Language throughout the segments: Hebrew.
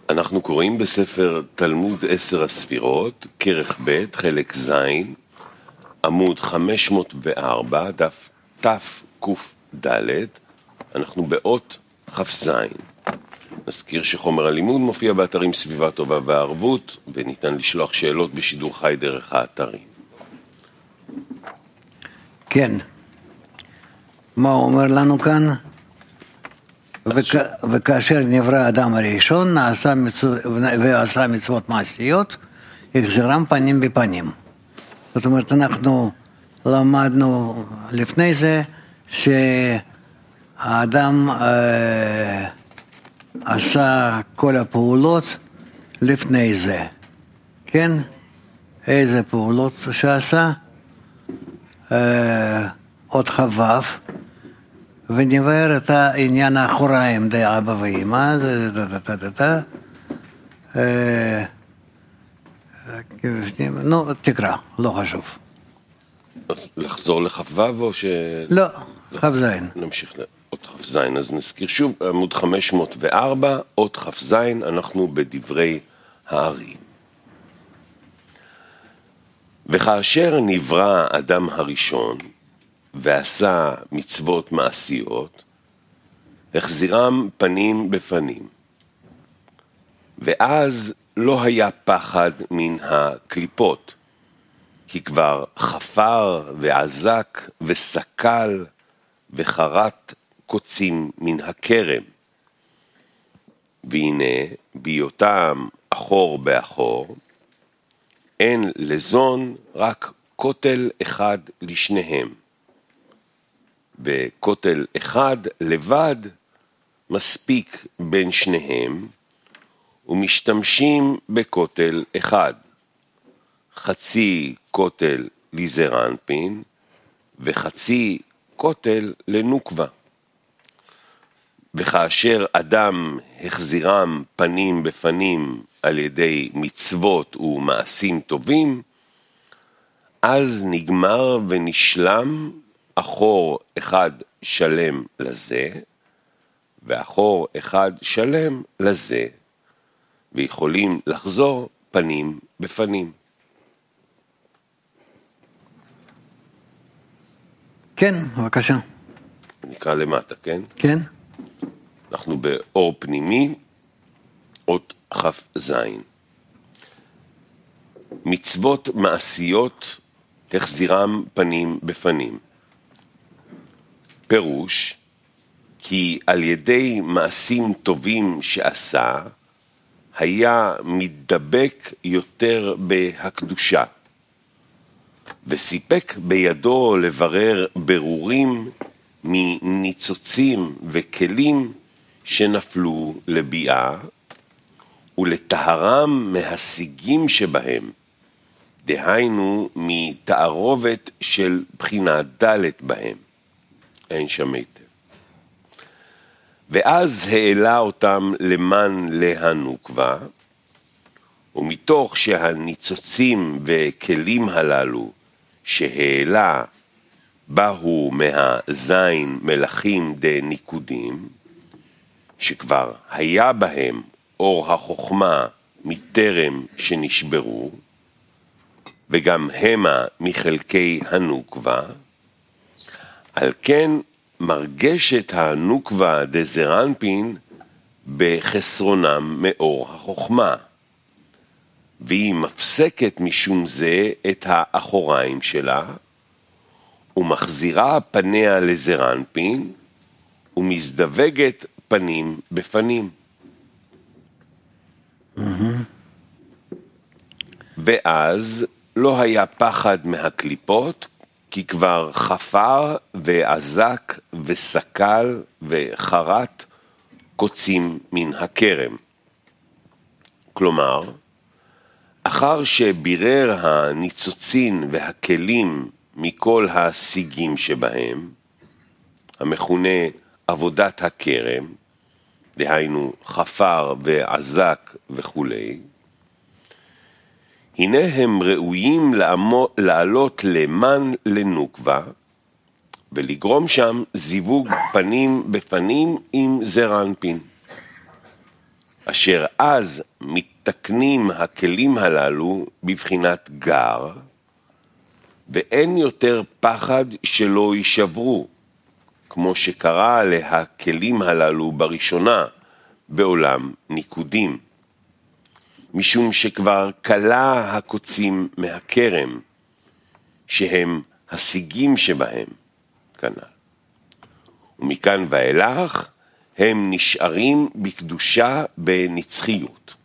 אנחנו קוראים בספר תלמוד 10 הספירות, כרך ב', חלק ז', עמוד 504, דף תק"ד, אנחנו באות כ"ז. נזכיר שחומר הלימוד מופיע באתרים סביבה טובה והערבות, וניתן לשלוח שאלות בשידור חי דרך האתרים. כן. מה הוא אומר לנו כאן? וכאשר נברא האדם הראשון ועשה מצוות מעשיות, החזירם פנים בפנים. זאת אומרת, אנחנו למדנו לפני זה שהאדם עשה כל הפעולות לפני זה. כן? איזה פעולות שעשה? עוד חבב, ונבהר את העניין האחוריים די אבא ואמא, נו, תקרא, לא חשוב. אז לחזור לכ"ו או ש... לא, כ"ז. נמשיך לאות כ"ז, אז נזכיר שוב, עמוד 504, אות כ"ז, אנחנו בדברי הארי. וכאשר נברא אדם הראשון ועשה מצוות מעשיות, החזירם פנים בפנים. ואז לא היה פחד מן הקליפות, כי כבר חפר ועזק וסקל וחרט קוצים מן הכרם. והנה בהיותם אחור באחור, אין לזון רק כותל אחד לשניהם. וכותל אחד לבד מספיק בין שניהם, ומשתמשים בכותל אחד. חצי כותל לזרנפין, וחצי כותל לנוקבה. וכאשר אדם החזירם פנים בפנים על ידי מצוות ומעשים טובים, אז נגמר ונשלם אחור אחד שלם לזה, ואחור אחד שלם לזה, ויכולים לחזור פנים בפנים. כן, בבקשה. נקרא למטה, כן? כן. אנחנו באור פנימי, אות כ"ז. מצוות מעשיות החזירם פנים בפנים. פירוש, כי על ידי מעשים טובים שעשה, היה מתדבק יותר בהקדושה, וסיפק בידו לברר ברורים מניצוצים וכלים שנפלו לביאה, ולטהרם מהשיגים שבהם, דהיינו מתערובת של בחינה ד' בהם. אין שם היטב. ואז העלה אותם למען להנוקבה, ומתוך שהניצוצים וכלים הללו שהעלה באו מהזין מלאכים דניקודים, שכבר היה בהם אור החוכמה מטרם שנשברו, וגם המה מחלקי הנוקבה, על כן מרגשת הנוקבה דזרנפין בחסרונם מאור החוכמה, והיא מפסקת משום זה את האחוריים שלה, ומחזירה פניה לזרנפין, ומזדווגת פנים בפנים. ואז לא היה פחד מהקליפות, כי כבר חפר ועזק וסקל וחרט קוצים מן הכרם. כלומר, אחר שבירר הניצוצין והכלים מכל השיגים שבהם, המכונה עבודת הכרם, דהיינו חפר ועזק וכו', הנה הם ראויים לעלות למען לנוקבה, ולגרום שם זיווג פנים בפנים עם זרנפין. אשר אז מתקנים הכלים הללו בבחינת גר, ואין יותר פחד שלא יישברו, כמו שקרה להכלים הללו בראשונה בעולם ניקודים, משום שכבר קלה הקוצים מהכרם, שהם השיגים שבהם כנ"ל. ומכאן ואילך הם נשארים בקדושה בנצחיות.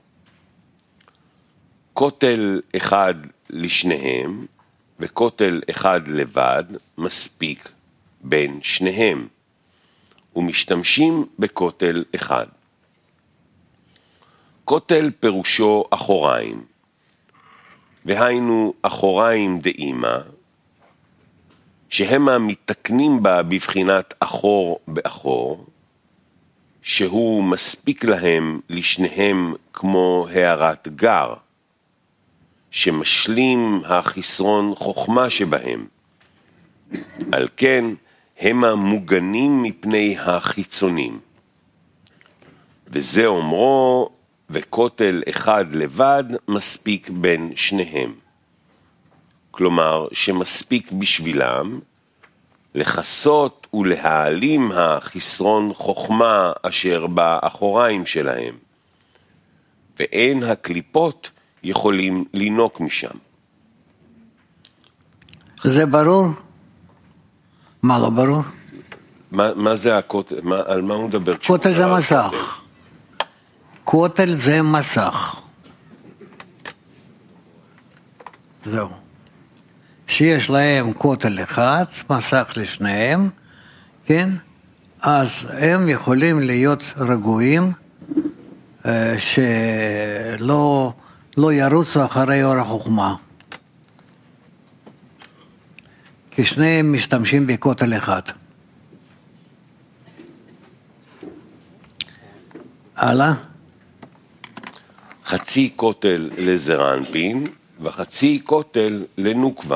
כותל אחד לשניהם וכותל אחד לבד מספיק בין שניהם, ומשתמשים בכותל אחד. כותל פירושו אחוריים, והיינו אחוריים דאמא, שהם המתקנים בה בבחינת אחור באחור, שהוא מספיק להם לשניהם כמו הערת גר, שמשלים החסרון חוכמה שבהם. על כן הם המוגנים מפני החיצונים. וזה אומרו, וכותל אחד לבד מספיק בין שניהם. כלומר שמספיק בשבילם לחסות ולהעלים החסרון חוכמה אשר באחוריים שלהם, ואין הקליפות יכולים לינוק משם. זה ברור? מה לא ברור? מה זה הכותל? על מה הוא מדבר? כותל זה מסך. כותל זה מסך. זהו. שיש להם כותל אחד, מסך לשניהם, כן? אז הם יכולים להיות רגועים, שלא ירוצו אחרי אור החוכמה. כי שניהם משתמשים בכותל אחד. הלאה? חצי כותל לזרנפין וחצי כותל לנוקבה.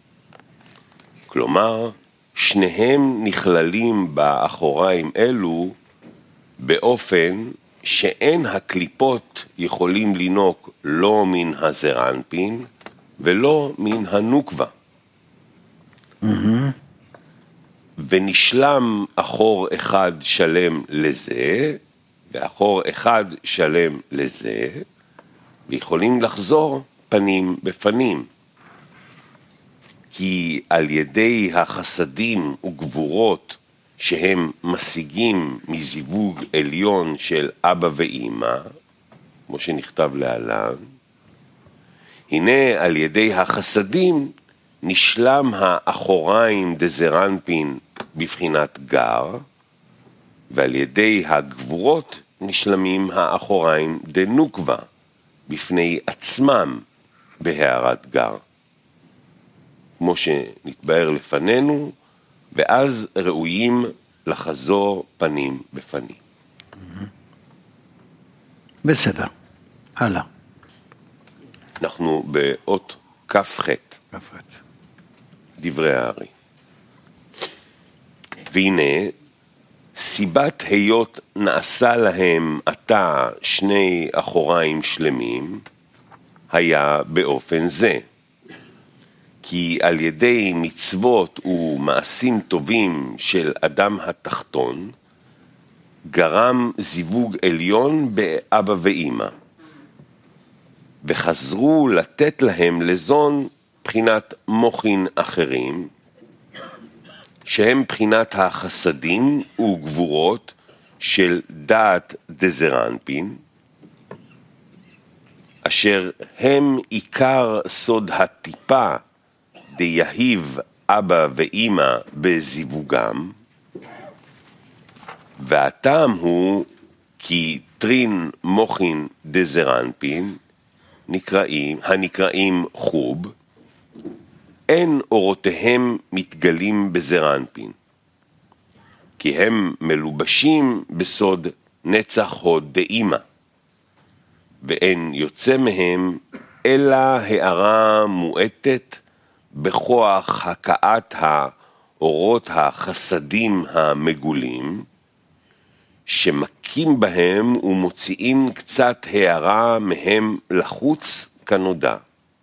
כלומר, שניהם נכללים באחוריים אלו באופן שאין הקליפות יכולים לינוק לא מן הזרנפין ולא מן הנוקבה. ונשלם אחור אחד שלם לזה, ואחור אחד שלם לזה, ויכולים לחזור פנים בפנים. כי על ידי החסדים וגבורות שהם משיגים מזיווג עליון של אבא ואמא, כמו שנכתב להלן, הנה על ידי החסדים נשלם האחוריים דזרנפין בבחינת גר, ועל ידי הגבורות נשלמים האחוריים דנוקבה בפני עצמם בהערת גר. כמו שנתבאר לפנינו, ואז ראויים לחזור פנים בפנים. בסדר, הלאה. אנחנו באות כ"ח, דברי הארי. והנה, סיבת היות נעשה להם עתה שני אחוריים שלמים, היה באופן זה. כי על ידי מצוות ומעשים טובים של אדם התחתון, גרם זיווג עליון באבא ואמא, וחזרו לתת להם לזון בחינת מוחין אחרים, שהם בחינת החסדים וגבורות של דעת דזרנפין, אשר הם עיקר סוד הטיפה דיהיב אבא ואמא בזיווגם, והטעם הוא כי טרין מוחין דזרנפין, הנקראים חוב, אין אורותיהם מתגלים בזרנפין, כי הם מלובשים בסוד נצח הוד דאמא, ואין יוצא מהם אלא הערה מועטת בכוח הקעת האורות החסדים המגולים, שמכים בהם ומוציאים קצת הערה מהם לחוץ כנודע.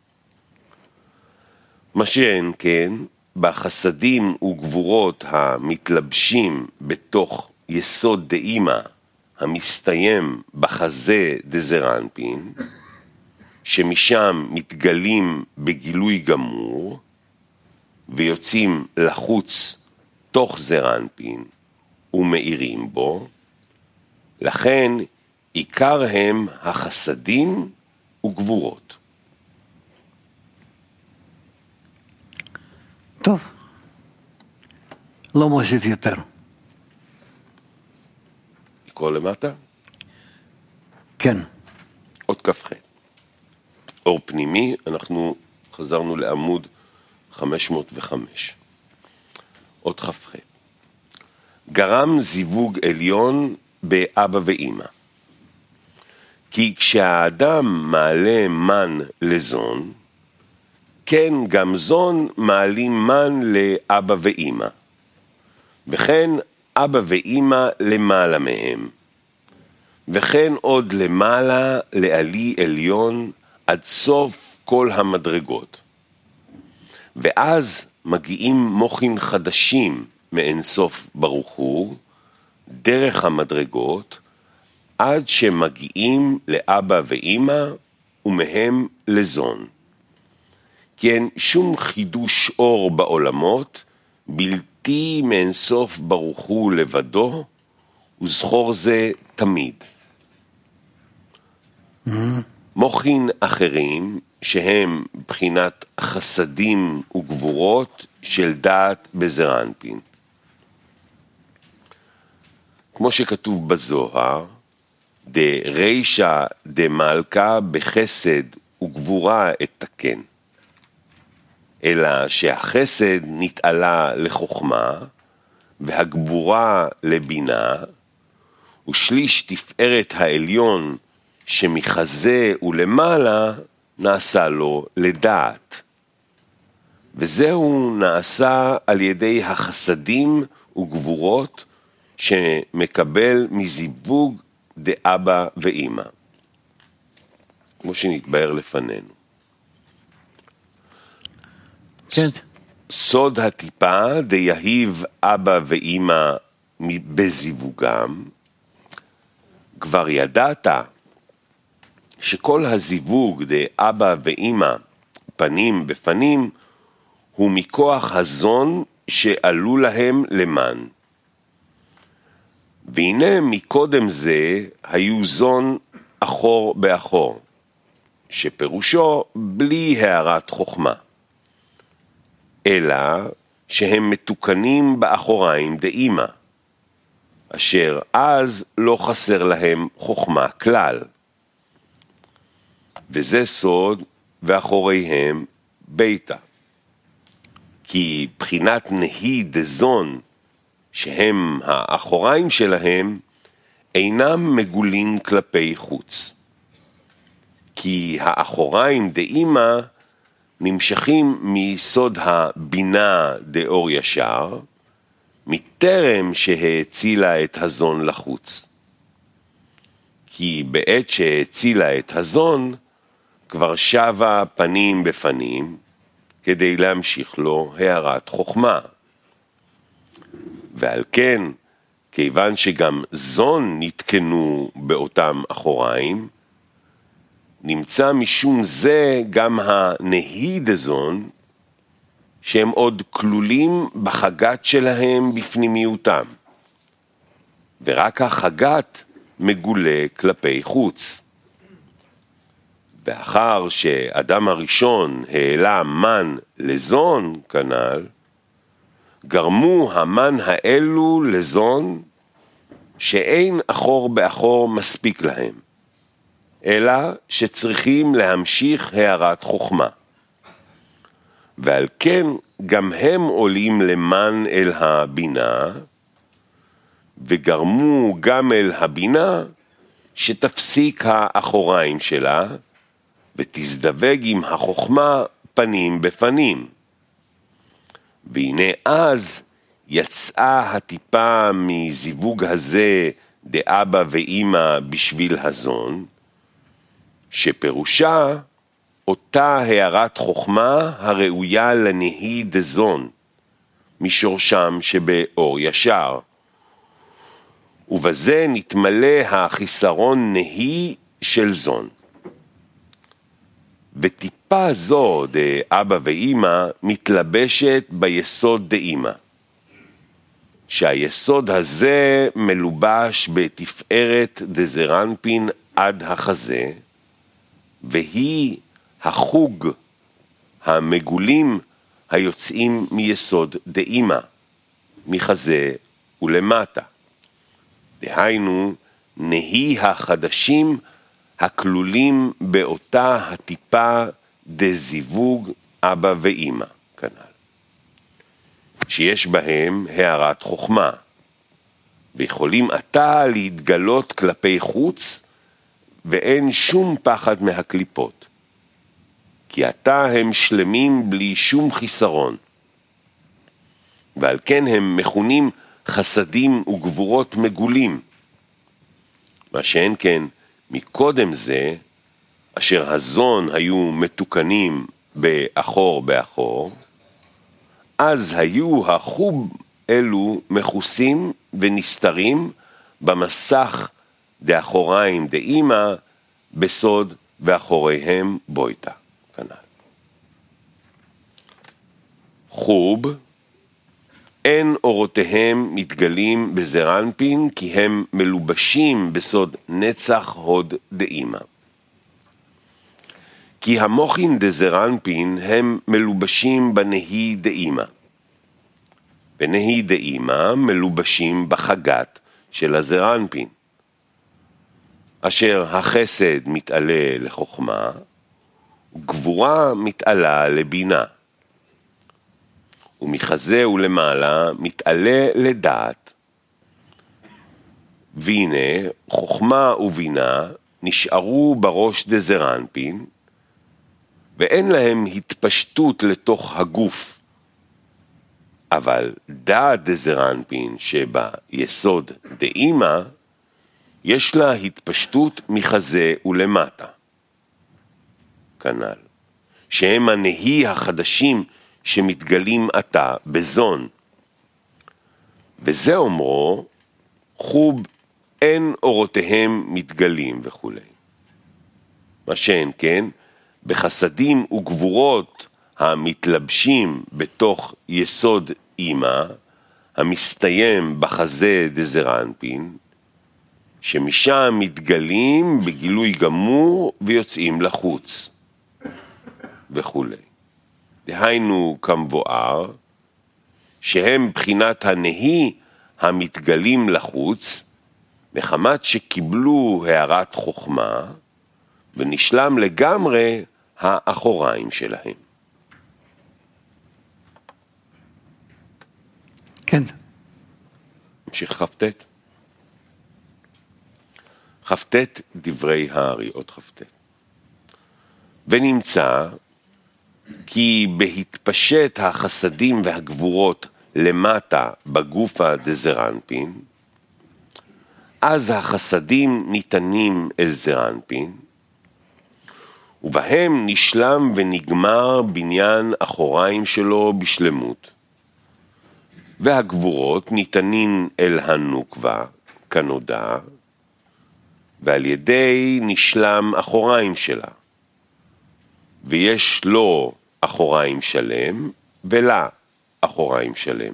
מה שאין כן, בחסדים וגבורות המתלבשים בתוך יסוד דאימא המסתיים בחזה דזרנפין, שמשם מתגלים בגילוי גמור ויוצאים לחוץ תוך זרנפין ומאירים בו, לכן עיקר הם החסדים וגבורות. טוב, לא מוסיף יותר. לקרוא למטה? כן. עוד כ"ח. אור פנימי, אנחנו חזרנו לעמוד 505. עוד כ"ח. גרם זיווג עליון באבא ואמא. כי כשהאדם מעלה מן לזון, כן גם זון מעלים מן לאבא ואמא. וכן אבא ואמא למעלה מהם. וכן עוד למעלה לעלי עליון עד סוף כל המדרגות. ואז מגיעים מוחין חדשים מאינסוף ברוך הוא, דרך המדרגות, עד שמגיעים לאבא ואמא ומהם לזון. כי אין שום חידוש אור בעולמות, בלתי מאינסוף ברוך הוא לבדו, וזכור זה תמיד. מוחין אחרים שהם בחינת חסדים וגבורות של דעת בזרנפין. כמו שכתוב בזוהר, דרישא דמלכה בחסד וגבורה אתקן. אלא שהחסד נתעלה לחוכמה, והגבורה לבינה, ושליש תפארת העליון שמחזה ולמעלה נעשה לו לדעת. וזהו נעשה על ידי החסדים וגבורות שמקבל מזיווג דאבא ואמא. כמו שנתבהר לפנינו. כן. סוד הטיפה דיהיב אבא ואמא בזיווגם, כבר ידעת שכל הזיווג דאבא ואמא פנים בפנים הוא מכוח הזון שעלו להם למן. והנה מקודם זה היו זון אחור באחור, שפירושו בלי הערת חוכמה. אלא שהם מתוקנים באחוריים דאמא, אשר אז לא חסר להם חוכמה כלל. וזה סוד ואחוריהם ביתה. כי בחינת נהי דזון, שהם האחוריים שלהם, אינם מגולים כלפי חוץ. כי האחוריים דאמא נמשכים מיסוד הבינה דאור ישר, מטרם שהצילה את הזון לחוץ. כי בעת שהצילה את הזון, כבר שווה פנים בפנים, כדי להמשיך לו הערת חוכמה. ועל כן, כיוון שגם זון נתקנו באותם אחוריים, נמצא משום זה גם הנהי דזון, שהם עוד כלולים בחגת שלהם בפנימיותם. ורק החגת מגולה כלפי חוץ. ואחר שאדם הראשון העלה מן לזון כנל, גרמו המן האלו לזון שאין אחור באחור מספיק להם, אלא שצריכים להמשיך הערת חוכמה. ועל כן גם הם עולים למן אל הבינה, וגרמו גם אל הבינה שתפסיק האחוריים שלה, ותזדווג עם החוכמה פנים בפנים. והנה אז יצאה הטיפה מזיווג הזה דאבא ואמא בשביל הזון, שפירושה אותה הערת חוכמה הראויה לנהי דזון, משורשם שבאור ישר. ובזה נתמלא החיסרון נהי של זון. וטיפה זו דאבא ואמא מתלבשת ביסוד דאמא, שהיסוד הזה מלובש בתפארת דזרנפין עד החזה, והיא החוג המגולים היוצאים מיסוד דאמא, מחזה ולמטה. דהיינו, נהי החדשים הכלולים באותה הטיפה דזיווג אבא ואמא, כנ"ל. שיש בהם הערת חוכמה, ויכולים עתה להתגלות כלפי חוץ, ואין שום פחד מהקליפות. כי עתה הם שלמים בלי שום חיסרון. ועל כן הם מכונים חסדים וגבורות מגולים. מה שאין כן מקודם זה, אשר הזון היו מתוקנים באחור, אז היו החוב אלו מחוסים ונסתרים במסך דאחוריים דאמא, בסוד ואחוריהם בויתה. כנ"ל. חוב, אין אורותיהם מתגלים בזרנפין, כי הם מלובשים בסוד נצח הוד דאמא. כי המוחין דזרנפין הם מלובשים בנהי דאמא. בנהי דאמא מלובשים בחגת של הזרנפין, אשר החסד מתעלה לחוכמה, וגבורה מתעלה לבינה. ומחזה ולמעלה מתעלה לדעת. והנה חוכמה ובינה נשארו בראש דזרנפין, ואין להם התפשטות לתוך הגוף. אבל דעת דזרנפין שביסוד דאמא, יש לה התפשטות מחזה ולמטה. כנ"ל. שהם הנהי החדשים שמתגלים עתה בזון. וזה אומרו, חוב אין אורותיהם מתגלים וכו'. מה שאין כן, בחסדים וגבורות המתלבשים בתוך יסוד אמא, המסתיים בחזה דזרנפין, שמשם מתגלים בגילוי גמור ויוצאים לחוץ וכו'. דהיינו כמבואר, שהם בחינת הנהי המתגלים לחוץ, מחמת שקיבלו הערת חוכמה, ונשלם לגמרי האחוריים שלהם. כן. המשיך כ"ט. כ"ט דברי הארי, עוד כ"ט. ונמצא כי בהתפשט החסדים והגבורות למטה בגופה דזרנפין, אז החסדים ניתנים אל זרנפין, ובהם נשלם ונגמר בניין אחוריים שלו בשלמות. והגבורות ניתנים אל הנוקבה, כנודע, ועל ידי נשלם אחוריים שלה. ויש לו אחוריים שלם, ולה אחוריים שלם.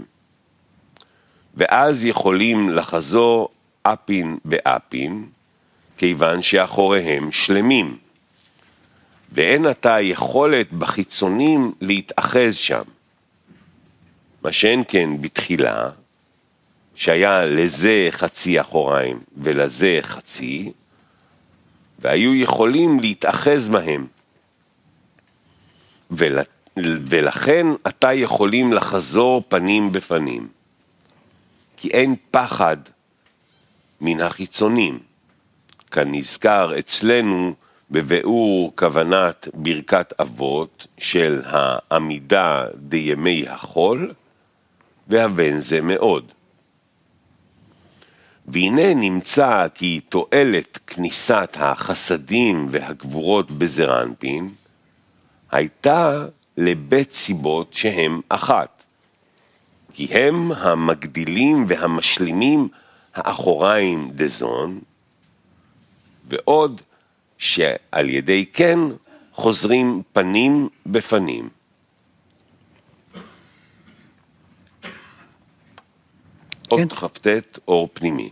ואז יכולים לחזור אפין באפין, כיוון שאחוריהם שלמים. ואין עתה יכולת בחיצונים להתאחז שם. מה שאין כן בתחילה, שהיה לזה חצי אחוריים ולזה חצי, והיו יכולים להתאחז בהם. ולכן עתה יכולים לחזור פנים בפנים. כי אין פחד מן החיצונים, כנזכר אצלנו בביאור כוונת ברכת אבות של העמידה דימי החול, והבן זה מאוד. והנה נמצא כי תועלת כניסת החסדים והגבורות בזרנפין הייתה לבית סיבות שהם אחת, כי הם המגדילים והמשלימים האחוריים דזון, ועוד שעל ידי כן חוזרים פנים בפנים. עוד חפטט אור פנימי.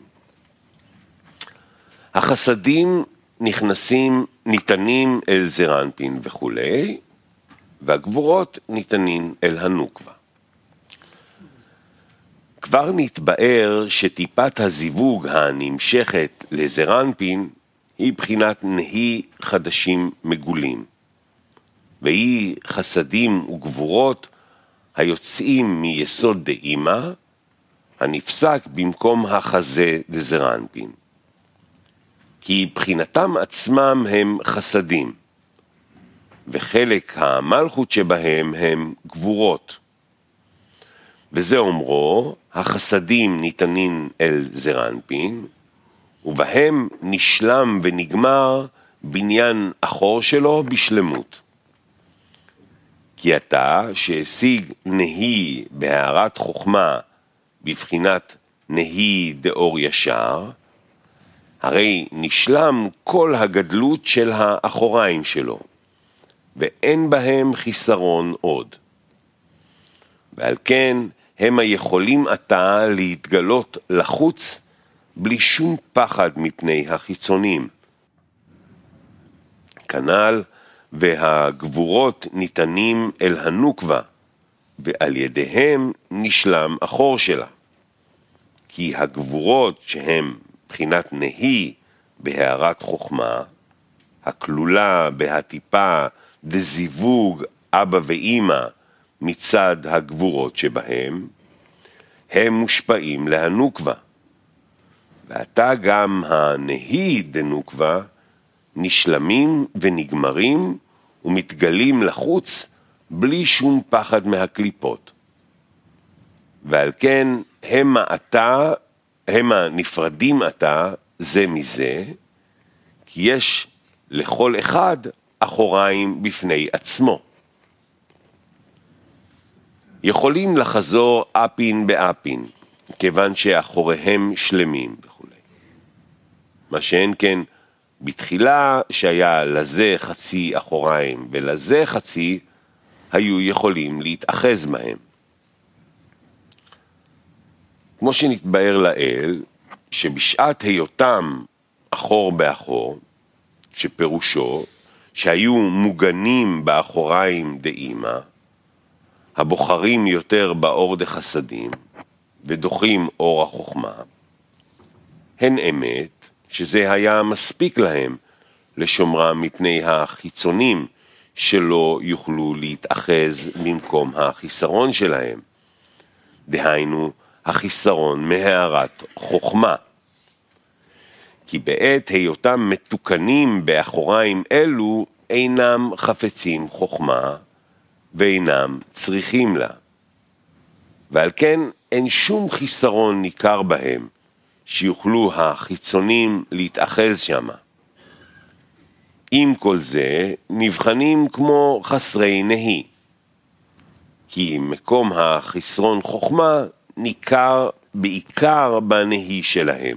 החסדים ניתנים אל זרנפין וכו', והגבורות ניתנים אל הנוקבה. כבר נתבאר שטיפת הזיווג הנמשכת לזרנפין היא בחינת נהי חדשים מגולים, והיא חסדים וגבורות היוצאים מיסוד דאמא, הנפסק במקום החזה דזרנפין. כי בחינתם עצמם הם חסדים, וחלק המלכות שבהם הם גבורות. וזה אומרו, החסדים ניתנים אל זרנפין, ובהם נשלם ונגמר בניין אחור שלו בשלמות. כי אתה שהשיג נהי בהערת חוכמה בבחינת נהי דאור ישר, הרי נשלם כל הגדלות של האחוריים שלו, ואין בהם חיסרון עוד. ועל כן הם היכולים עתה להתגלות לחוץ בלי שום פחד מפני החיצונים. כנ"ל והגבורות ניתנים אל הנוקבה, ועל ידיהם נשלם אחור שלה. כי הגבורות שהם בחינת נהי בהערת חוכמה, הכלולה בהטיפה דזיווג אבא ואמא מצד הגבורות שבהם, הם מושפעים להנוקבה. ועתה גם הנהי דנוקבה נשלמים ונגמרים ומתגלים לחוץ בלי שום פחד מהקליפות. ועל כן הם הנפרדים עתה זה מזה, כי יש לכל אחד אחוריים בפני עצמו. יכולים לחזור אפין באפין, כיוון שאחוריהם שלמים וכו'. מה שאין כן, בתחילה שהיה לזה חצי אחוריים ולזה חצי, היו יכולים להתאחז מהם. כמו שנתבאר לאל, שבשעת היותם אחור באחור, שפירושו שהיו מוגנים באחוריים דאמא, הבוחרים יותר באור דחסדים ודוחים אור החוכמה, הן אמת שזה היה מספיק להם לשומרם מפני החיצונים שלא יוכלו להתאחז במקום החיסרון שלהם. דהיינו, החיסרון מהערת חוכמה. כי בעת היותם מתוקנים באחוריים אלו אינם חפצים חוכמה ואינם צריכים לה. ועל כן אין שום חיסרון ניכר בהם שיוכלו החיצונים להתאחז שמה. עם כל זה נבחנים כמו חסרי נהי, כי מקום החסרון חוכמה ניכר בעיקר בנהי שלהם.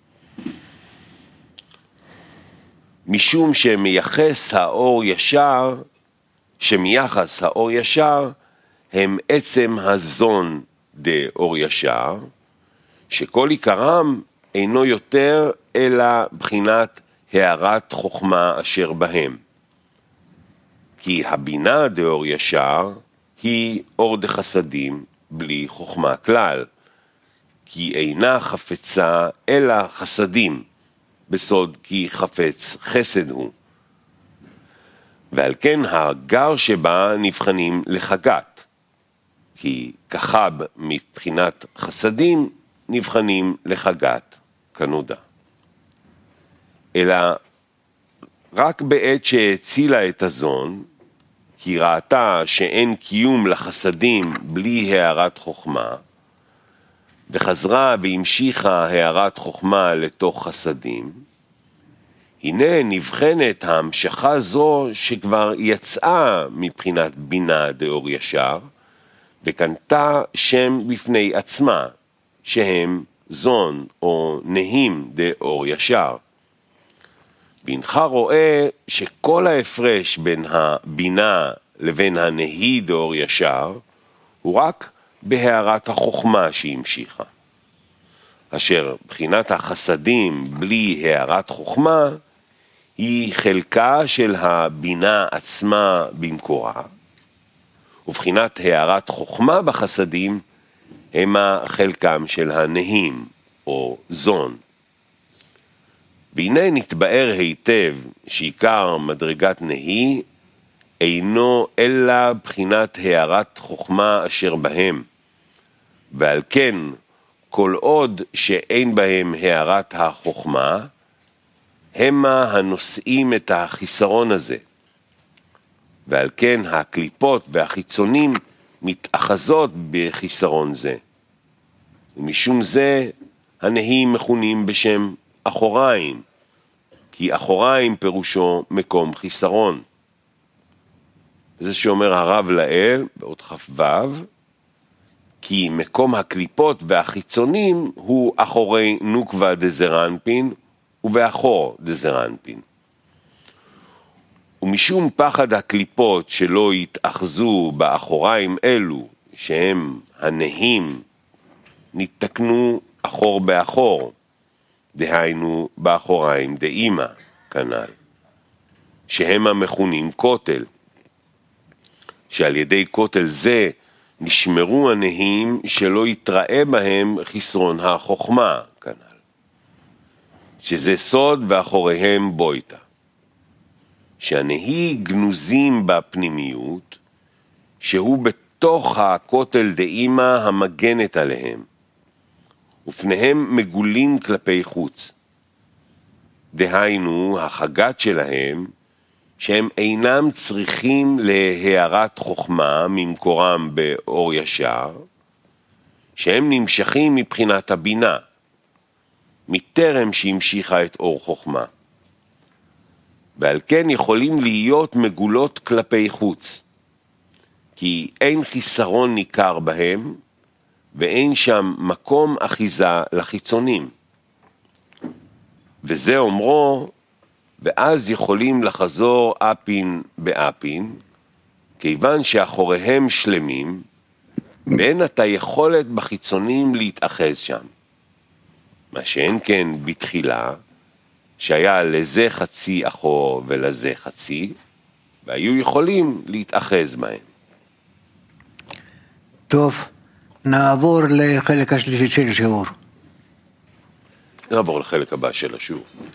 משום שמייחס האור ישר, הם עצם הזון דאור ישר, שכל עיקרם אינו יותר אלא בחינת הערת חוכמה אשר בהם. כי הבינה דאור ישר היא אור דחסדים בלי חוכמה כלל, כי אינה חפצה אלא חסדים, בסוד כי חפץ חסד הוא. ועל כן הגר שבה נבחנים לחגת, כי כחב מבחינת חסדים נבחנים לחגת כנודע. אלא רק בעת שהצילה את הזון, כי ראתה שאין קיום לחסדים בלי הערת חוכמה, וחזרה והמשיכה הערת חוכמה לתוך חסדים, הנה נבחנת ההמשכה זו שכבר יצאה מבחינת בינה דאור ישר, וקנתה שם בפני עצמה, שהם זון או נהים דאור ישר. והנך רואה שכל ההפרש בין הבינה לבין הנהי דאור ישר, הוא רק בהערת החוכמה שהמשיכה. אשר בחינת החסדים בלי הערת חוכמה, היא חלקה של הבינה עצמה במקורה, ובחינת הערת חוכמה בחסדים, המה חלקם של הנהים או זון. והנה נתבאר היטב שעיקר מדרגת נהי, אינו אלא בחינת הערת חוכמה אשר בהם, ועל כן כל עוד שאין בהם הערת החוכמה, המה הנושאים את החיסרון הזה, ועל כן הקליפות והחיצונים מתאחזות בחיסרון זה, ומשום זה הנהים מכונים בשם אחוריים, כי אחוריים פירושו מקום חיסרון. וזה שאומר הרב לאל באות כ"ו, כי מקום הקליפות והחיצונים הוא אחורי נוקבה דזרנפין ובאחור דזרנפין. ומשום פחד הקליפות שלא יתאחזו באחוריים אלו, שהם הנהים, נתקנו אחור באחור, דהיינו באחוריים דאימא כנ"ל, שהם המכונים כותל, שעל ידי כותל זה נשמרו הנהים שלא יתראה בהם חסרון החוכמה כנ"ל, שזה סוד ואחוריהם בויתה, שהנהי גנוזים בפנימיות, שהוא בתוך הכותל דאימא המגנת עליהם, ופניהם מגולים כלפי חוץ. דהיינו, החגת שלהם, שהם אינם צריכים להערת חוכמה ממקורם באור ישר, שהם נמשכים מבחינת הבינה, מטרם שהמשיכה את אור חוכמה. ועל כן יכולים להיות מגולות כלפי חוץ, כי אין חיסרון ניכר בהם, ואין שם מקום אחיזה לחיצונים. וזה אומרו, ואז יכולים לחזור אפין באפין, כיוון שאחוריהם שלמים, ואין אתה יכולת בחיצונים להתאחז שם. מה שאין כן בתחילה, שהיה לזה חצי אחור ולזה חצי, והיו יכולים להתאחז בהם. טוב, נעבור לחלק השלישי של השיעור. נעבור לחלק הבא של השיעור.